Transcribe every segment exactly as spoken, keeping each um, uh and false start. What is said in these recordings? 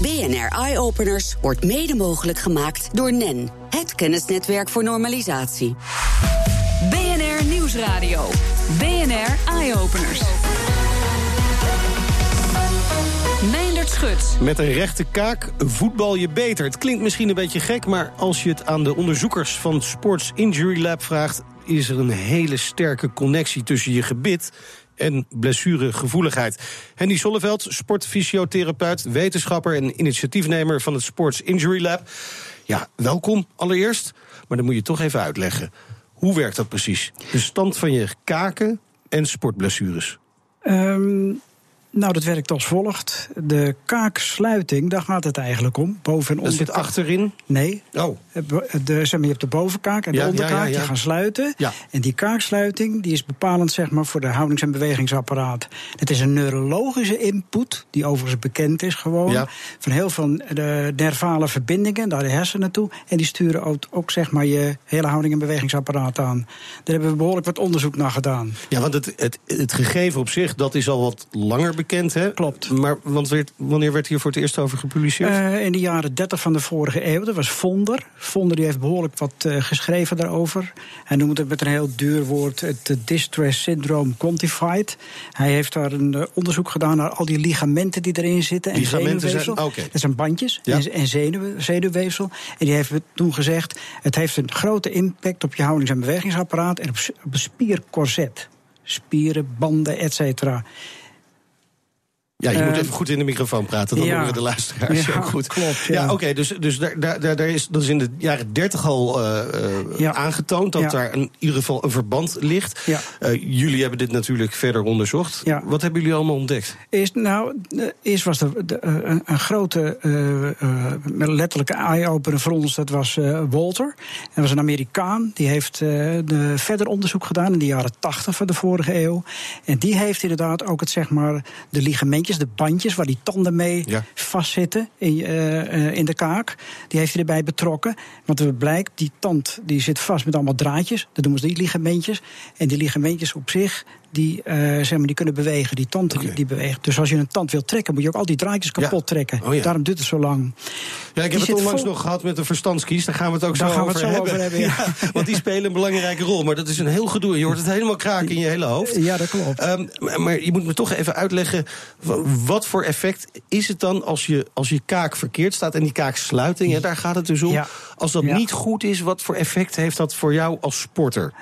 B N R Eye-Openers wordt mede mogelijk gemaakt door N E N, het kennisnetwerk voor normalisatie. B N R Nieuwsradio. B N R Eye-Openers. Meindert Schut. Met een rechte kaak voetbal je beter. Het klinkt misschien een beetje gek, maar als je het aan de onderzoekers van het Sports Injury Lab vraagt, is er een hele sterke connectie tussen je gebit en blessuregevoeligheid. Henny Solleveld, sportfysiotherapeut, wetenschapper en initiatiefnemer van het Sports Injury Lab. Ja, welkom allereerst, maar dan moet je toch even uitleggen. Hoe werkt dat precies? De stand van je kaken en sportblessures. Um, nou, dat werkt als volgt. De kaaksluiting, daar gaat het eigenlijk om. Boven en dat onder. zit achterin? Nee. Oh. De, zeg maar, je hebt de bovenkaak en de ja, onderkaak, ja, ja, ja. die gaan sluiten. Ja. En die kaaksluiting die is bepalend, zeg maar, voor de houdings- en bewegingsapparaat. Het is een neurologische input, die overigens bekend is gewoon. Ja. Van heel veel de nervale verbindingen naar de hersenen toe. En die sturen ook, ook zeg maar, je hele houding- en bewegingsapparaat aan. Daar hebben we behoorlijk wat onderzoek naar gedaan. Ja, want het, het, het gegeven op zich, dat is al wat langer bekend, hè? Klopt. Maar want werd, wanneer werd hier voor het eerst over gepubliceerd? Uh, in de jaren dertig van de vorige eeuw. Dat was Vonder. Vonder die heeft behoorlijk wat uh, geschreven daarover. Hij noemt het met een heel duur woord het uh, Distress Syndrome Quantified. Hij heeft daar een uh, onderzoek gedaan naar al die ligamenten die erin zitten. En zenuwweefsel. Zijn, okay. Dat zijn bandjes ja. en, en zenuw, zenuwweefsel. En die heeft toen gezegd, het heeft een grote impact op je houdings- en bewegingsapparaat en op, op een spiercorset. Spieren, banden, et cetera. Ja, je uh, moet even goed in de microfoon praten, dan ja. horen de luisteraars ja, ook goed. Klopt, ja, ja oké, okay, dus, dus daar, daar, daar is, dat is in de jaren dertig al uh, ja. aangetoond dat ja. daar in ieder geval een verband ligt. Ja. Uh, jullie hebben dit natuurlijk verder onderzocht. Ja. Wat hebben jullie allemaal ontdekt? Eerst, nou, eerst was er de, uh, een, een grote, uh, uh, letterlijke eye-opener voor ons, dat was uh, Walter. Dat was een Amerikaan, die heeft uh, de, verder onderzoek gedaan in de jaren tachtig van de vorige eeuw. En die heeft inderdaad ook het, zeg maar, de ligamentjes, de bandjes waar die tanden mee ja. vastzitten in, uh, in de kaak, die heeft hij erbij betrokken. Want er blijkt, die tand die zit vast met allemaal draadjes. Dat noemen ze die ligamentjes. En die ligamentjes op zich, die, uh, zeg maar, die kunnen bewegen. Die tand okay. die, die beweegt. Dus als je een tand wilt trekken, moet je ook al die draadjes kapot ja. trekken. Oh, ja. Daarom duurt het zo lang. Ja, ik heb die het onlangs vol... nog gehad met de verstandskies. Daar gaan we het ook Daar zo, gaan over, we het zo hebben. over hebben. Ja. Ja, want die spelen een belangrijke rol. Maar dat is een heel gedoe. Je hoort het helemaal kraken in je hele hoofd. Ja, dat klopt. Um, maar je moet me toch even uitleggen, wat voor effect is het dan als je, als je kaak verkeerd staat en die kaaksluiting, hè, daar gaat het dus om. Ja. Als dat ja. niet goed is, wat voor effect heeft dat voor jou als sporter?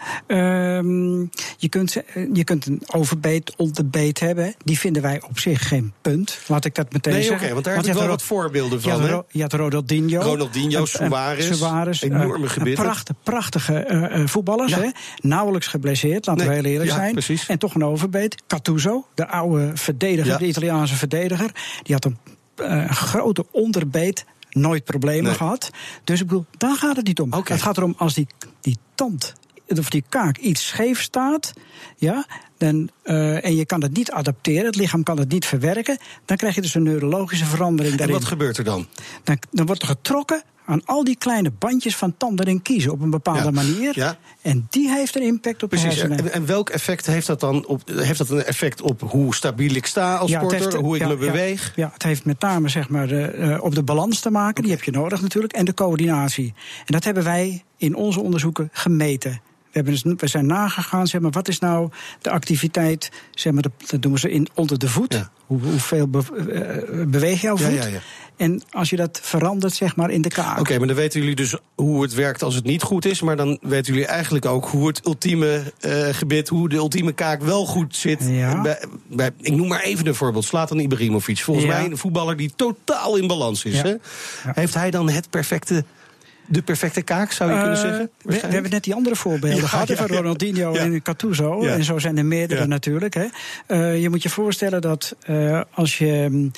Um, je, kunt, je kunt een overbeet, onderbeet hebben. Die vinden wij op zich geen punt. Laat ik dat meteen nee, zeggen. Oké, okay, want daar heb ik wel wat voorbeelden van. Je had, je had Ronaldinho. Ronaldinho, Suarez. Suarez enorme gebitten. Prachtige, prachtige uh, voetballers. Ja. Hè? Nauwelijks geblesseerd, laten nee. we heel eerlijk ja, zijn. Precies. En toch een overbeet. Cattuso, de oude verdediger, ja. de Italiaanse verdediger. Die had een uh, grote onderbeet. Nooit problemen nee. gehad. Dus ik bedoel, daar gaat het niet om. Okay. Het gaat erom als die, die tand of die kaak iets scheef staat, ja, dan, uh, en je kan het niet adapteren, het lichaam kan het niet verwerken, dan krijg je dus een neurologische verandering daarin. En wat gebeurt er dan? Dan, dan wordt er getrokken aan al die kleine bandjes van tanden en kiezen op een bepaalde ja. manier. Ja. En die heeft een impact op Precies, de hersenen. En, en welk effect heeft dat dan op? Heeft dat een effect op hoe stabiel ik sta als ja, sporter, heeft, hoe ik ja, me beweeg? Ja, ja, het heeft met name, zeg maar, de, uh, op de balans te maken. Okay. Die heb je nodig natuurlijk. En de coördinatie. En dat hebben wij in onze onderzoeken gemeten. We, hebben dus, we zijn nagegaan, zeg maar, wat is nou de activiteit, zeg maar, dat doen we ze in onder de voet. Ja. Hoe, hoeveel be, uh, beweeg jouw voet? Ja, ja, ja. En als je dat verandert, zeg maar, in de kaak. Oké, okay, maar dan weten jullie dus hoe het werkt als het niet goed is. Maar dan weten jullie eigenlijk ook hoe het ultieme uh, gebit, hoe de ultieme kaak wel goed zit. Ja. Bij, bij, ik noem maar even een voorbeeld. Zlatan Ibrahimovic. Volgens ja. mij een voetballer die totaal in balans is. Ja. Hè? Ja. Heeft hij dan het perfecte... De perfecte kaak, zou je uh, kunnen zeggen? We, we hebben net die andere voorbeelden ja, gehad, ja, van Ronaldinho ja. en Cattuso. Ja. En zo zijn er meerdere ja. natuurlijk. Hè. Uh, je moet je voorstellen dat uh, als je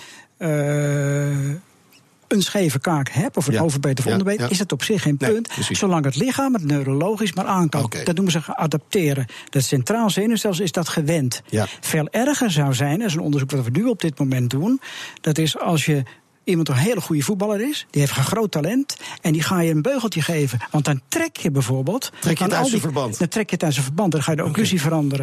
uh, een scheve kaak hebt, of een ja. overbeet of ja. onderbeet, ja. is het op zich geen punt. Nee, zolang het lichaam het neurologisch maar aan kan. Okay. Dat noemen ze adapteren. Dat centraal zenuwstelsel is dat gewend. Ja. Veel erger zou zijn, dat is een onderzoek wat we nu op dit moment doen, dat is als je iemand een hele goede voetballer is, die heeft een groot talent, en die ga je een beugeltje geven. Want dan trek je bijvoorbeeld... Trek je het uit zijn verband? Dan trek je het uit zijn verband, dan ga je de occlusie okay. veranderen.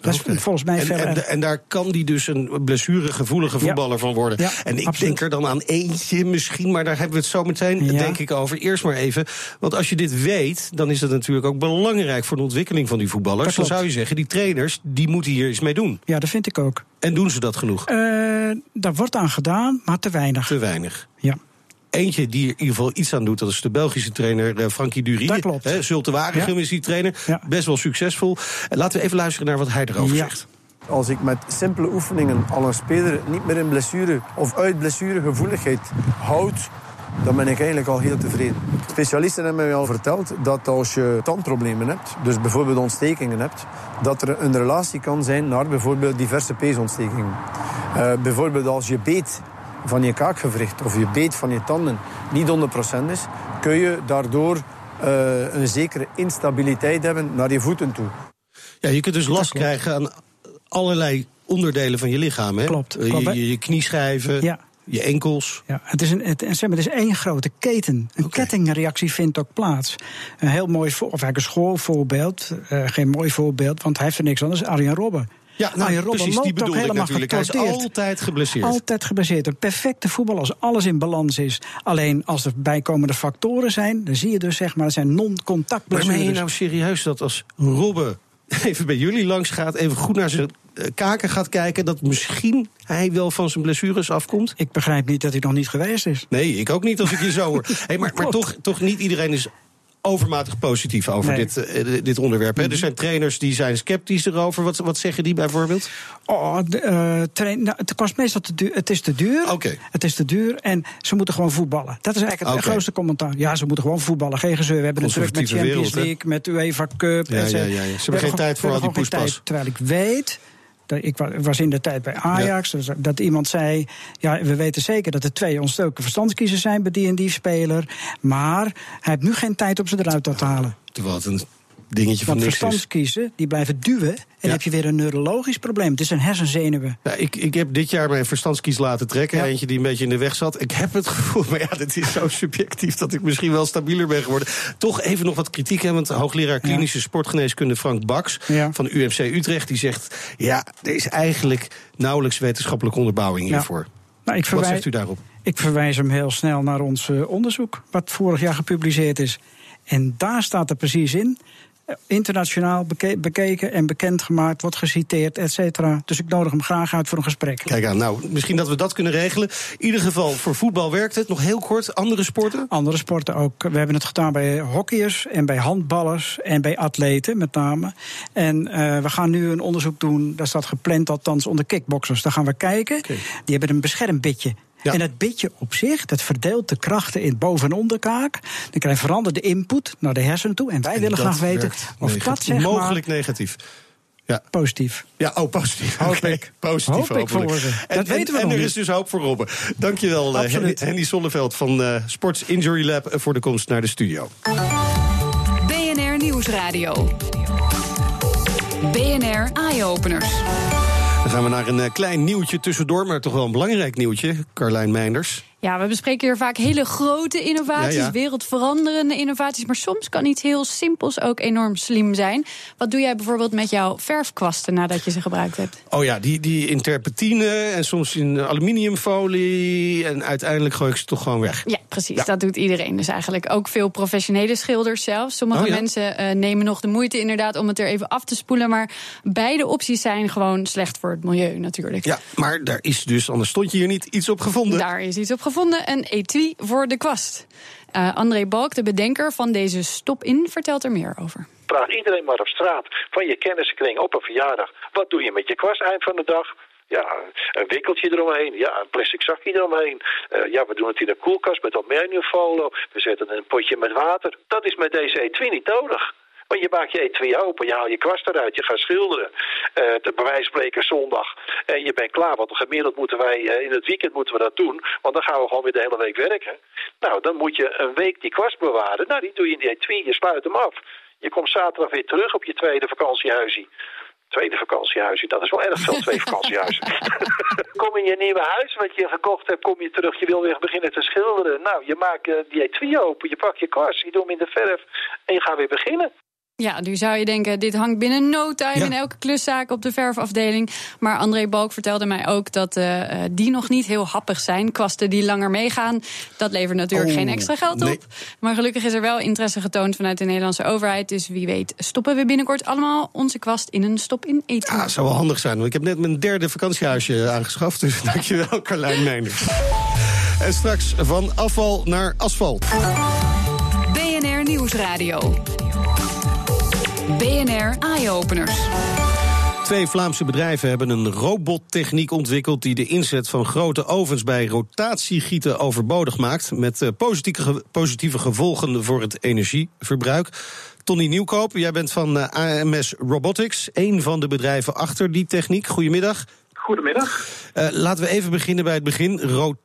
Dat is okay. volgens mij en, verder... En, en daar kan die dus een blessuregevoelige voetballer ja. van worden. Ja, en ik absoluut. denk er dan aan eentje misschien, maar daar hebben we het zo meteen, ja. denk ik, over. Eerst maar even, want als je dit weet, dan is dat natuurlijk ook belangrijk voor de ontwikkeling van die voetballers. Dan zou je zeggen, die trainers, die moeten hier eens mee doen. Ja, dat vind ik ook. En doen ze dat genoeg? Uh, daar wordt aan gedaan, maar te weinig. Te weinig. Ja. Eentje die er in ieder geval iets aan doet, dat is de Belgische trainer uh, Frankie Dury. Dat klopt. He, Zulte Waregem ja. is die trainer. Ja. Best wel succesvol. Uh, laten we even luisteren naar wat hij erover ja. zegt. Als ik met simpele oefeningen al een speler niet meer in blessure of uit blessuregevoeligheid houd, dan ben ik eigenlijk al heel tevreden. Specialisten hebben mij al verteld dat als je tandproblemen hebt, dus bijvoorbeeld ontstekingen hebt, dat er een relatie kan zijn naar bijvoorbeeld diverse peesontstekingen. Uh, bijvoorbeeld als je beet van je kaakgewricht of je beet van je tanden niet honderd procent is, kun je daardoor uh, een zekere instabiliteit hebben naar je voeten toe. Ja, je kunt dus last krijgen aan allerlei onderdelen van je lichaam. Hè? Klopt. Je, je, je knieschijven, ja. je enkels. Ja, het is een, het, zeg maar, het is één grote keten. Een okay. kettingreactie vindt ook plaats. Een heel mooi, of eigenlijk een schoolvoorbeeld, uh, geen mooi voorbeeld, want hij heeft er niks anders, Arjen Robben. Ja, nou, nou precies, die bedoel ik natuurlijk. Hij is altijd geblesseerd. Altijd geblesseerd. Een perfecte voetbal als alles in balans is. Alleen als er bijkomende factoren zijn, dan zie je dus, zeg maar, er zijn non-contact blessures. Maar meen je nou serieus dat als Robben even bij jullie langs gaat, even goed naar zijn kaken gaat kijken, dat misschien hij wel van zijn blessures afkomt? Ik begrijp niet dat hij nog niet geweest is. Nee, ik ook niet als ik je zo hoor. Hey, maar maar toch, toch niet iedereen is overmatig positief over nee. dit, uh, dit onderwerp. Hè? Mm-hmm. Er zijn trainers die zijn sceptisch erover. Wat, wat zeggen die bijvoorbeeld? Oh, de, uh, train, nou, het kost meestal te duur. Het is te duur. Okay. Het is te duur en ze moeten gewoon voetballen. Dat is eigenlijk het okay. grootste commentaar. Ja, ze moeten gewoon voetballen. Geen gezeur. We hebben het druk met Champions wereld, League, hè? Met UEFA Cup. Ja, en ze, ja, ja, ja. ze hebben geen gewoon, tijd voor al die poespas. Terwijl ik weet, ik was in de tijd bij Ajax, ja. dus dat iemand zei, ja, we weten zeker dat er twee ontstoken verstandskiezers zijn bij die en die speler, maar hij heeft nu geen tijd om ze eruit te halen. Wat een dingetje van niks is. Verstandskiezen, die blijven duwen en ja. dan heb je weer een neurologisch probleem. Het is een hersenzenuwen. Ja, ik, ik heb dit jaar mijn verstandskies laten trekken, ja. eentje die een beetje in de weg zat. Ik heb het gevoel, maar ja, dit is zo subjectief dat ik misschien wel stabieler ben geworden. Toch even nog wat kritiek, hè, want hoogleraar klinische ja. sportgeneeskunde Frank Baks ja. van U M C Utrecht, die zegt, ja, er is eigenlijk nauwelijks wetenschappelijke onderbouwing ja. hiervoor. Nou, ik verwijs, wat zegt u daarop? Ik verwijs hem heel snel naar ons uh, onderzoek, wat vorig jaar gepubliceerd is. En daar staat er precies in, internationaal beke- bekeken en bekendgemaakt, wordt geciteerd, et cetera. Dus ik nodig hem graag uit voor een gesprek. Kijk aan, nou, misschien dat we dat kunnen regelen. In ieder geval, voor voetbal werkt het. Nog heel kort, andere sporten? Andere sporten ook. We hebben het gedaan bij hockeyers en bij handballers en bij atleten met name. En uh, we gaan nu een onderzoek doen, dat staat gepland althans onder kickboxers. Daar gaan we kijken. Okay. Die hebben een beschermbitje. Ja. En het bitje op zich, dat verdeelt de krachten in boven- en onderkaak. Dan krijg je veranderde input naar de hersenen toe. En wij en willen graag weten of negatief. dat zeg mogelijk maar, negatief. Ja. Positief. Ja, oh, positief. Hoop okay. ik. Positief, hoop ik voor ze. En, dat weten we en nog er niet. is dus hoop voor Robben. Dankjewel, uh, Henny, Henny Zonneveld van uh, Sports Injury Lab voor de komst naar de studio. B N R Nieuwsradio. B N R Eye-Openers. Dan gaan we naar een uh, klein nieuwtje tussendoor, maar toch wel een belangrijk nieuwtje. Carlijn Meinders. Ja, we bespreken hier vaak hele grote innovaties, ja, ja. wereldveranderende innovaties. Maar soms kan iets heel simpels ook enorm slim zijn. Wat doe jij bijvoorbeeld met jouw verfkwasten nadat je ze gebruikt hebt? Oh ja, die, die in terpentine en soms in aluminiumfolie. En uiteindelijk gooi ik ze toch gewoon weg. Ja, precies. Ja. Dat doet iedereen dus eigenlijk. Ook veel professionele schilders zelfs. Sommige oh ja. mensen uh, nemen nog de moeite inderdaad om het er even af te spoelen. Maar beide opties zijn gewoon slecht voor het milieu natuurlijk. Ja, maar daar is dus, anders stond je hier niet, iets op gevonden. Daar is iets op gevonden. Een etui voor de kwast. Uh, André Balk, de bedenker van deze stop-in, vertelt er meer over. Vraag iedereen maar op straat, van je kennissenkring op een verjaardag. Wat doe je met je kwast eind van de dag? Ja, een wikkeltje eromheen. Ja, een plastic zakje eromheen. Uh, ja, we doen het in een koelkast met aluminiumfolie. We zetten een potje met water. Dat is met deze etui niet nodig. Want je maakt je etui open, je haalt je kwast eruit, je gaat schilderen. Uh, te bij wijze van spreken zondag. En je bent klaar, want gemiddeld moeten wij, uh, in het weekend moeten we dat doen. Want dan gaan we gewoon weer de hele week werken. Nou, dan moet je een week die kwast bewaren. Nou, die doe je in die etui, je sluit hem af. Je komt zaterdag weer terug op je tweede vakantiehuisje. Tweede vakantiehuisje, dat is wel erg veel, twee vakantiehuizen. Kom in je nieuwe huis wat je gekocht hebt, kom je terug, je wil weer beginnen te schilderen. Nou, je maakt uh, die etui open, je pakt je kwast, je doet hem in de verf en je gaat weer beginnen. Ja, nu zou je denken, dit hangt binnen no time ja. in elke kluszaak op de verfafdeling. Maar André Balk vertelde mij ook dat uh, die nog niet heel happig zijn. Kwasten die langer meegaan, dat levert natuurlijk oh, geen extra geld nee. op. Maar gelukkig is er wel interesse getoond vanuit de Nederlandse overheid. Dus wie weet stoppen we binnenkort allemaal onze kwast in een stop in eten. Ja, dat zou wel handig zijn, want ik heb net mijn derde vakantiehuisje aangeschaft. Dus dankjewel, Carlijn Meijners. En straks van afval naar asfalt. B N R Nieuwsradio. B N R Eye-Openers. Twee Vlaamse bedrijven hebben een robottechniek ontwikkeld die de inzet van grote ovens bij rotatiegieten overbodig maakt, met positieve, positieve gevolgen voor het energieverbruik. Tonny Nieuwkoop, jij bent van A M S Robotics, een van de bedrijven achter die techniek. Goedemiddag. Goedemiddag. Uh, laten we even beginnen bij het begin.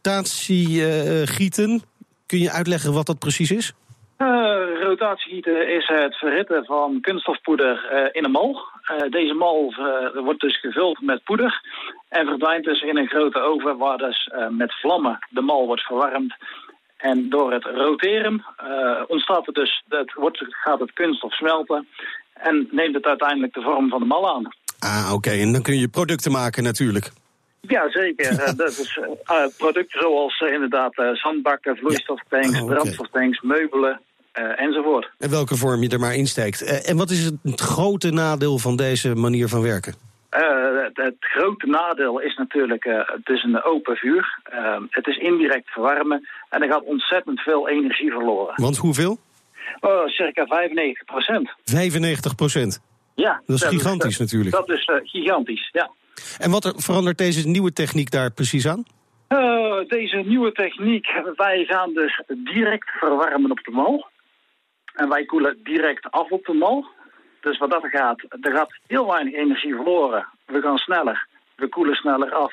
Rotatiegieten. Uh, Kun je uitleggen wat dat precies is? Uh, rotatiegieten is het verhitten van kunststofpoeder uh, in een mal. Uh, deze mal uh, wordt dus gevuld met poeder en verdwijnt dus in een grote oven waar dus uh, met vlammen de mal wordt verwarmd. En door het roteren uh, ontstaat het dus, het wordt, gaat het kunststof smelten en neemt het uiteindelijk de vorm van de mal aan. Ah, oké. Okay. En dan kun je producten maken natuurlijk. Ja, zeker. uh, dat is uh, producten zoals uh, inderdaad uh, zandbakken, vloeistoftanks, ja. oh, okay. brandstoftanks, meubelen uh, enzovoort. En welke vorm je er maar insteekt. Uh, en wat is het grote nadeel van deze manier van werken? Uh, het, het grote nadeel is natuurlijk, uh, het is een open vuur. Uh, het is indirect verwarmen en er gaat ontzettend veel energie verloren. Want hoeveel? Uh, circa vijfennegentig procent. vijfennegentig procent? Ja. Dat is dat gigantisch is, natuurlijk. Dat is uh, gigantisch, ja. En wat er verandert deze nieuwe techniek daar precies aan? Uh, deze nieuwe techniek, wij gaan dus direct verwarmen op de mal. En wij koelen direct af op de mal. Dus wat dat gaat, er gaat heel weinig energie verloren. We gaan sneller, we koelen sneller af.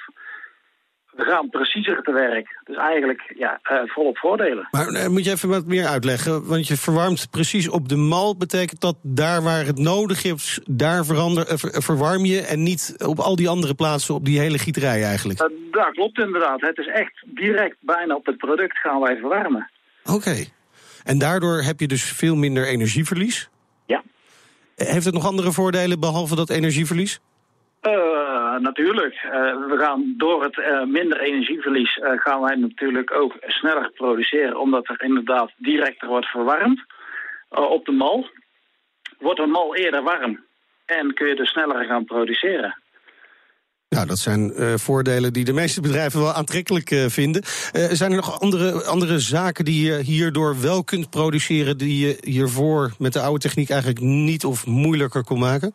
We gaan preciezer te werk. Dus eigenlijk ja, uh, volop voordelen. Maar uh, moet je even wat meer uitleggen? Want je verwarmt precies op de mal. Betekent dat daar waar het nodig is, daar verander, uh, ver, verwarm je en niet op al die andere plaatsen op die hele gieterij eigenlijk? Uh, dat klopt inderdaad. Het is echt direct bijna op het product gaan wij verwarmen. Oké. Okay. En daardoor heb je dus veel minder energieverlies? Ja. Heeft het nog andere voordelen behalve dat energieverlies? Uh, natuurlijk. Uh, we gaan door het uh, minder energieverlies uh, gaan wij natuurlijk ook sneller produceren, omdat er inderdaad directer wordt verwarmd uh, op de mal. Wordt de mal eerder warm en kun je dus sneller gaan produceren. Nou, dat zijn uh, voordelen die de meeste bedrijven wel aantrekkelijk uh, vinden. Uh, zijn er nog andere, andere zaken die je hierdoor wel kunt produceren, die je hiervoor met de oude techniek eigenlijk niet of moeilijker kon maken?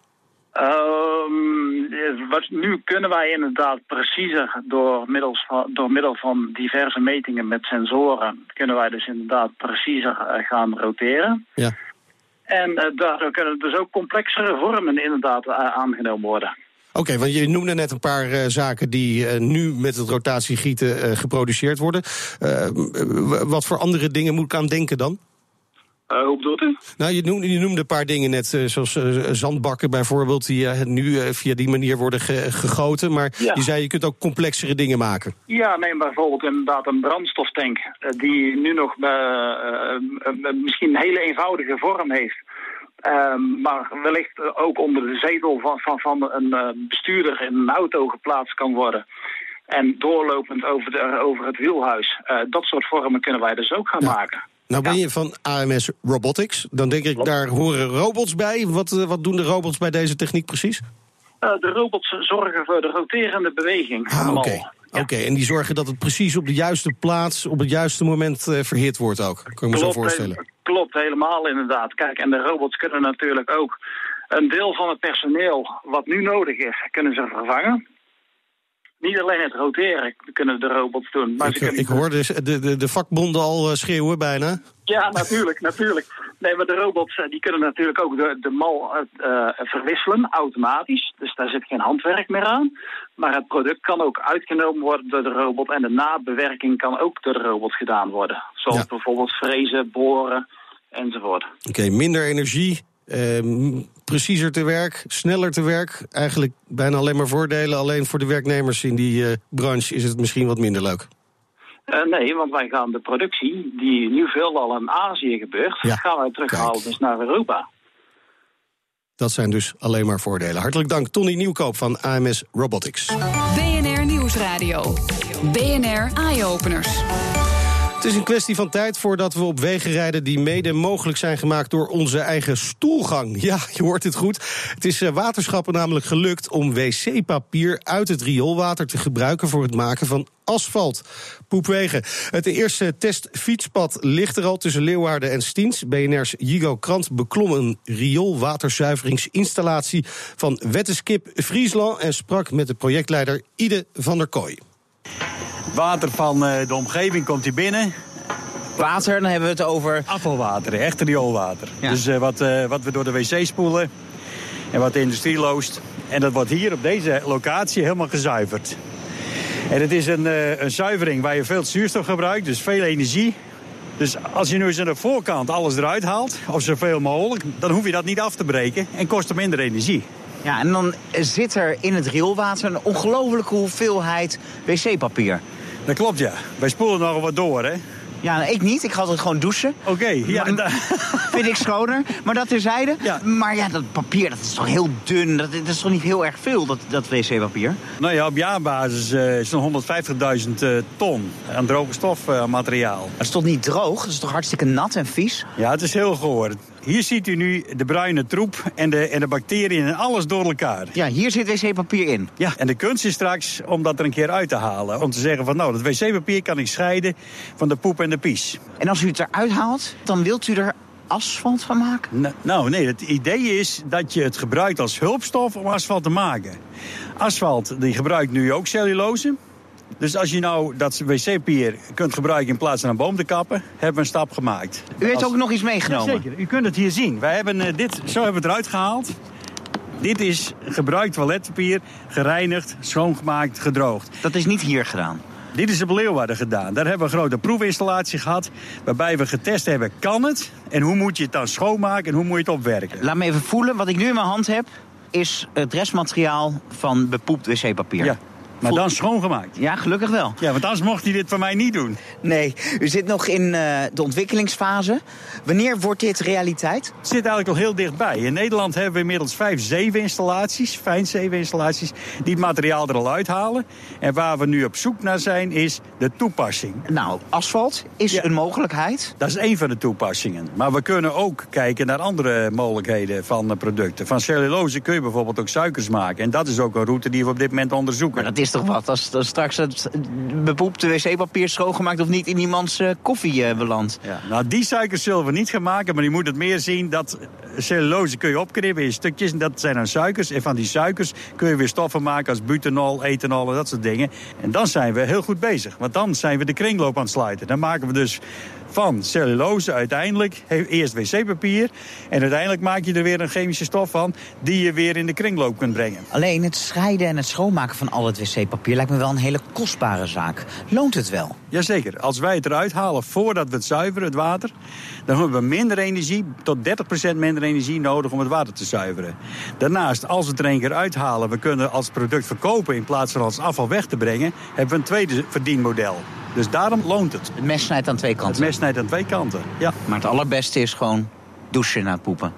Um, wat, nu kunnen wij inderdaad preciezer door, middels van, door middel van diverse metingen met sensoren, kunnen wij dus inderdaad preciezer uh, gaan roteren. Ja. En uh, daardoor kunnen dus ook complexere vormen inderdaad uh, aangenomen worden. Oké, okay, want je noemde net een paar uh, zaken die uh, nu met het rotatiegieten uh, geproduceerd worden. Uh, wat voor andere dingen moet ik aan denken dan? Uh, hoe bedoelt u? Nou, je noemde, je noemde een paar dingen net, uh, zoals uh, zandbakken bijvoorbeeld, die uh, nu uh, via die manier worden ge- gegoten. Maar ja. Je zei, je kunt ook complexere dingen maken. Ja, neem bijvoorbeeld inderdaad een brandstoftank, uh, die nu nog uh, uh, uh, misschien een hele eenvoudige vorm heeft. Um, maar wellicht ook onder de zetel van, van, van een uh, bestuurder in een auto geplaatst kan worden. En doorlopend over, de, over het wielhuis. Uh, dat soort vormen kunnen wij dus ook gaan ja. maken. Nou ben je van A M S Robotics. Dan denk ik, daar horen robots bij. Wat, uh, wat doen de robots bij deze techniek precies? Uh, de robots zorgen voor de roterende beweging van de mal. Okay. Ja. Oké, okay, en die zorgen dat het precies op de juiste plaats, op het juiste moment uh, verhit wordt ook. Kan je me zo voorstellen? He- klopt, helemaal inderdaad. Kijk, en de robots kunnen natuurlijk ook een deel van het personeel wat nu nodig is, kunnen ze vervangen. Niet alleen het roteren kunnen de robots doen. Maar ik, ze kunnen... ik hoor dus de, de, de vakbonden al schreeuwen bijna. Ja, natuurlijk, natuurlijk. Nee, maar de robots die kunnen natuurlijk ook de, de mal uh, verwisselen, automatisch. Dus daar zit geen handwerk meer aan. Maar het product kan ook uitgenomen worden door de robot. En de nabewerking kan ook door de robot gedaan worden. Zoals ja. bijvoorbeeld frezen, boren enzovoort. Oké, okay, minder energie, uh, preciezer te werk, sneller te werk. Eigenlijk bijna alleen maar voordelen. Alleen voor de werknemers in die uh, branche is het misschien wat minder leuk. Uh, nee, want wij gaan de productie, die nu veelal in Azië gebeurt, ja. gaan wij terughalen dus naar Europa. Dat zijn dus alleen maar voordelen. Hartelijk dank, Tonny Nieuwkoop van A M S Robotics. B N R Nieuwsradio. B N R Eye-openers. Het is een kwestie van tijd voordat we op wegen rijden die mede mogelijk zijn gemaakt door onze eigen stoelgang. Ja, je hoort het goed. Het is waterschappen namelijk gelukt om wc-papier uit het rioolwater te gebruiken voor het maken van asfalt. Poepwegen. Het eerste testfietspad ligt er al tussen Leeuwarden en Stiens. B N R's Jigo Krant beklom een rioolwaterzuiveringsinstallatie van Wetteskip Friesland en sprak met de projectleider Ide van der Kooi. Water van de omgeving komt hier binnen. Water, dan hebben we het over... Afvalwater, echt rioolwater. Ja. Dus uh, wat, uh, wat we door de wc spoelen en wat de industrie loost. En dat wordt hier op deze locatie helemaal gezuiverd. En het is een, uh, een zuivering waar je veel zuurstof gebruikt, dus veel energie. Dus als je nu eens aan de voorkant alles eruit haalt, of zoveel mogelijk, dan hoef je dat niet af te breken en kost er minder energie. Ja, en dan zit er in het rioolwater een ongelofelijke hoeveelheid wc-papier. Dat klopt, ja. Wij spoelen nogal wat door, hè. Ja, ik niet. Ik ga altijd gewoon douchen. Oké, okay, ja. Vind ik schoner. Maar dat terzijde. Ja. Maar ja, dat papier, dat is toch heel dun. Dat, dat is toch niet heel erg veel, dat, dat wc-papier? Nou ja, op jaarbasis uh, is het honderdvijftigduizend uh, ton aan droge stofmateriaal. Uh, dat is toch niet droog? Dat is toch hartstikke nat en vies? Ja, het is heel goor. Hier ziet u nu de bruine troep en de, en de bacteriën en alles door elkaar. Ja, hier zit wc-papier in. Ja, en de kunst is straks om dat er een keer uit te halen. Om te zeggen van nou, dat wc-papier kan ik scheiden van de poep en de pies. En als u het eruit haalt, dan wilt u er asfalt van maken? Nou, nou nee, het idee is dat je het gebruikt als hulpstof om asfalt te maken. Asfalt, die gebruikt nu ook cellulose. Dus als je nou dat wc-papier kunt gebruiken in plaats van een boom te kappen, hebben we een stap gemaakt. U heeft als... ook nog iets meegenomen? Ja, zeker. U kunt het hier zien. Wij hebben uh, dit, zo hebben we het eruit gehaald. Dit is gebruikt toiletpapier, gereinigd, schoongemaakt, gedroogd. Dat is niet hier gedaan? Dit is op Leeuwarden gedaan. Daar hebben we een grote proefinstallatie gehad, waarbij we getest hebben, kan het? En hoe moet je het dan schoonmaken en hoe moet je het opwerken? Laat me even voelen. Wat ik nu in mijn hand heb, is het restmateriaal van bepoept wc-papier. Ja. Maar Voel... dan schoongemaakt. Ja, gelukkig wel. Ja, want anders mocht hij dit van mij niet doen. Nee, u zit nog in uh, de ontwikkelingsfase. Wanneer wordt dit realiteit? Het zit eigenlijk al heel dichtbij. In Nederland hebben we inmiddels vijf zeeweninstallaties, fijnzeeweninstallaties, die het materiaal er al uithalen. En waar we nu op zoek naar zijn, is de toepassing. Nou, asfalt is ja. een mogelijkheid. Dat is één van de toepassingen. Maar we kunnen ook kijken naar andere mogelijkheden van producten. Van cellulose kun je bijvoorbeeld ook suikers maken. En dat is ook een route die we op dit moment onderzoeken. Maar dat is toch wat, als, als straks het bepoepte wc-papier schoongemaakt of niet in iemands uh, koffie uh, belandt. Ja, nou, die suikers zullen we niet gaan maken, maar je moet het meer zien dat cellulose kun je opknippen in stukjes en dat zijn dan suikers. En van die suikers kun je weer stoffen maken als butanol, ethanol en dat soort dingen. En dan zijn we heel goed bezig, want dan zijn we de kringloop aan het sluiten. Dan maken we dus van cellulose uiteindelijk eerst wc-papier en uiteindelijk maak je er weer een chemische stof van die je weer in de kringloop kunt brengen. Alleen het scheiden en het schoonmaken van al het wc-papier lijkt me wel een hele kostbare zaak. Loont het wel? Jazeker. Als wij het eruit halen voordat we het zuiveren, het water, dan hebben we minder energie, tot dertig procent minder energie nodig om het water te zuiveren. Daarnaast, als we het er één keer uithalen, we kunnen als product verkopen in plaats van als afval weg te brengen, hebben we een tweede verdienmodel. Dus daarom loont het. Het mes snijdt aan twee kanten. Het mes snijdt aan twee kanten, ja. Maar het allerbeste is gewoon douchen na het poepen.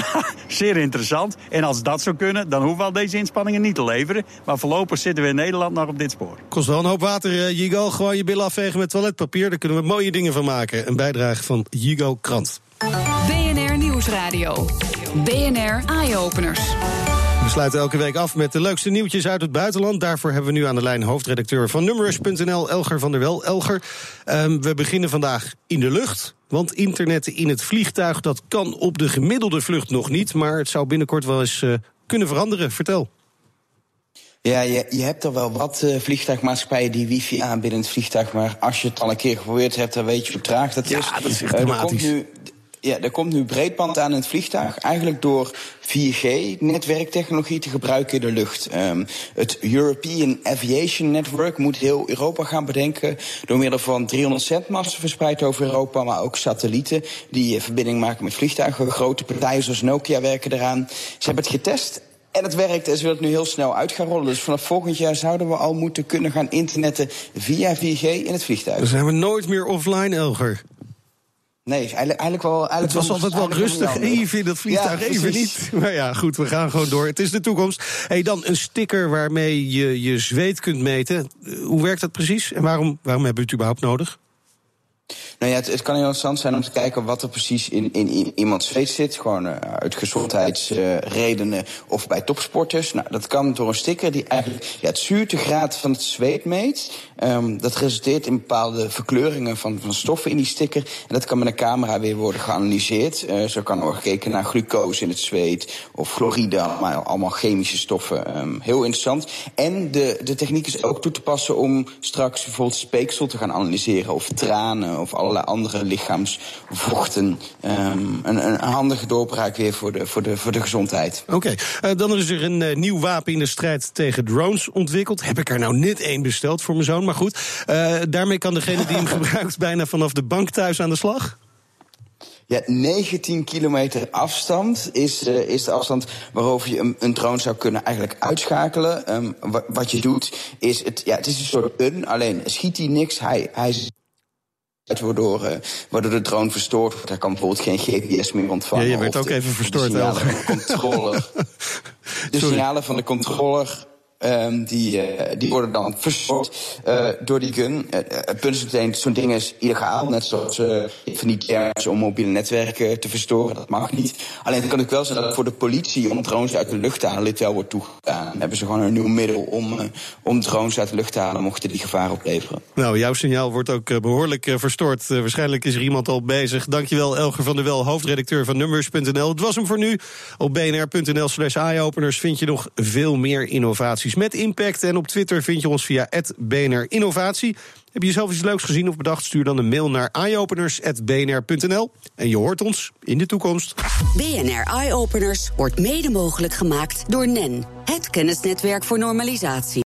Zeer interessant. En als dat zou kunnen, dan hoeven we al deze inspanningen niet te leveren. Maar voorlopig zitten we in Nederland nog op dit spoor. Kost wel een hoop water, uh, Jigo. Gewoon je billen afvegen met toiletpapier. Daar kunnen we mooie dingen van maken. Een bijdrage van Jigo Krant. B N R Nieuwsradio. B N R Eye-openers. We sluiten elke week af met de leukste nieuwtjes uit het buitenland. Daarvoor hebben we nu aan de lijn hoofdredacteur van Numrush punt n l, Elger van der Wel. Elger, um, we beginnen vandaag in de lucht. Want internetten in het vliegtuig, dat kan op de gemiddelde vlucht nog niet. Maar het zou binnenkort wel eens uh, kunnen veranderen. Vertel. Ja, je, je hebt er wel wat uh, vliegtuigmaatschappijen die wifi aanbieden in het vliegtuig. Maar als je het al een keer geprobeerd hebt, dan weet je hoe traag dat is. Ja, dat is echt uh, dramatisch. Er komt nu, ja, er komt nu breedband aan in het vliegtuig. Eigenlijk door vier G-netwerktechnologie te gebruiken in de lucht. Um, het European Aviation Network moet heel Europa gaan bedenken. Door middel van driehonderd zendmasten verspreid over Europa. Maar ook satellieten die verbinding maken met vliegtuigen. Grote partijen zoals Nokia werken eraan. Ze hebben het getest. En het werkt en ze willen het nu heel snel uit gaan rollen. Dus vanaf volgend jaar zouden we al moeten kunnen gaan internetten via vier G in het vliegtuig. Dan zijn we nooit meer offline, Elger. Nee, eigenlijk, eigenlijk wel... Eigenlijk het was wel, altijd wel rustig, even in dat vliegtuig, ja, even niet. Maar ja, goed, we gaan gewoon door. Het is de toekomst. Hey, dan een sticker waarmee je je zweet kunt meten. Hoe werkt dat precies? En waarom, waarom hebben we het überhaupt nodig? Nou ja, het, het kan heel interessant zijn om te kijken wat er precies in, in, in iemands zweet zit. Gewoon uh, uit gezondheidsredenen uh, of bij topsporters. Nou, dat kan door een sticker die eigenlijk ja, het zuurtegraad van het zweet meet. Um, dat resulteert in bepaalde verkleuringen van, van stoffen in die sticker. En dat kan met een camera weer worden geanalyseerd. Uh, zo kan er gekeken naar glucose in het zweet of chloride, allemaal, allemaal chemische stoffen. Um, heel interessant. En de, de techniek is ook toe te passen om straks bijvoorbeeld speeksel te gaan analyseren of tranen of allerlei andere lichaamsvochten. Um, een, een handige doorbraak weer voor de, voor de, voor de gezondheid. Oké, okay. uh, dan is er een uh, nieuw wapen in de strijd tegen drones ontwikkeld. Heb ik er nou net één besteld voor mijn zoon, maar goed. Uh, daarmee kan degene die hem gebruikt bijna vanaf de bank thuis aan de slag? Ja, negentien kilometer afstand is, uh, is de afstand waarover je een, een drone zou kunnen eigenlijk uitschakelen. Um, w- wat je doet is, het, ja, het is een soort gun, alleen schiet hij niks, hij... hij Waardoor, uh, waardoor de drone verstoord wordt. Hij kan bijvoorbeeld geen G P S meer ontvangen. Ja, je werd ook de, even verstoord. De signalen van de controller. De signalen van de controller Um, die, uh, die worden dan verstoord uh, door die gun. Uh, het punt is meteen, zo'n ding is illegaal. Net zoals uh, van die terms om mobiele netwerken te verstoren. Dat mag niet. Alleen kan ik wel zeggen dat voor de politie om drones uit de lucht te halen dit wel wordt toegestaan. Dan hebben ze gewoon een nieuw middel om, uh, om drones uit de lucht te halen mochten die gevaar opleveren. Nou, jouw signaal wordt ook uh, behoorlijk uh, verstoord. Uh, waarschijnlijk is er iemand al bezig. Dankjewel, Elger van der Wel, hoofdredacteur van Numbers punt n l. Het was hem voor nu. Op bnr.nl slash eyeopeners vind je nog veel meer innovaties met impact. En op Twitter vind je ons via at B N R Innovatie. Heb je zelf iets leuks gezien of bedacht? Stuur dan een mail naar eyeopeners at b n r punt n l. En je hoort ons in de toekomst. B N R Eyeopeners wordt mede mogelijk gemaakt door N E N, het kennisnetwerk voor normalisatie.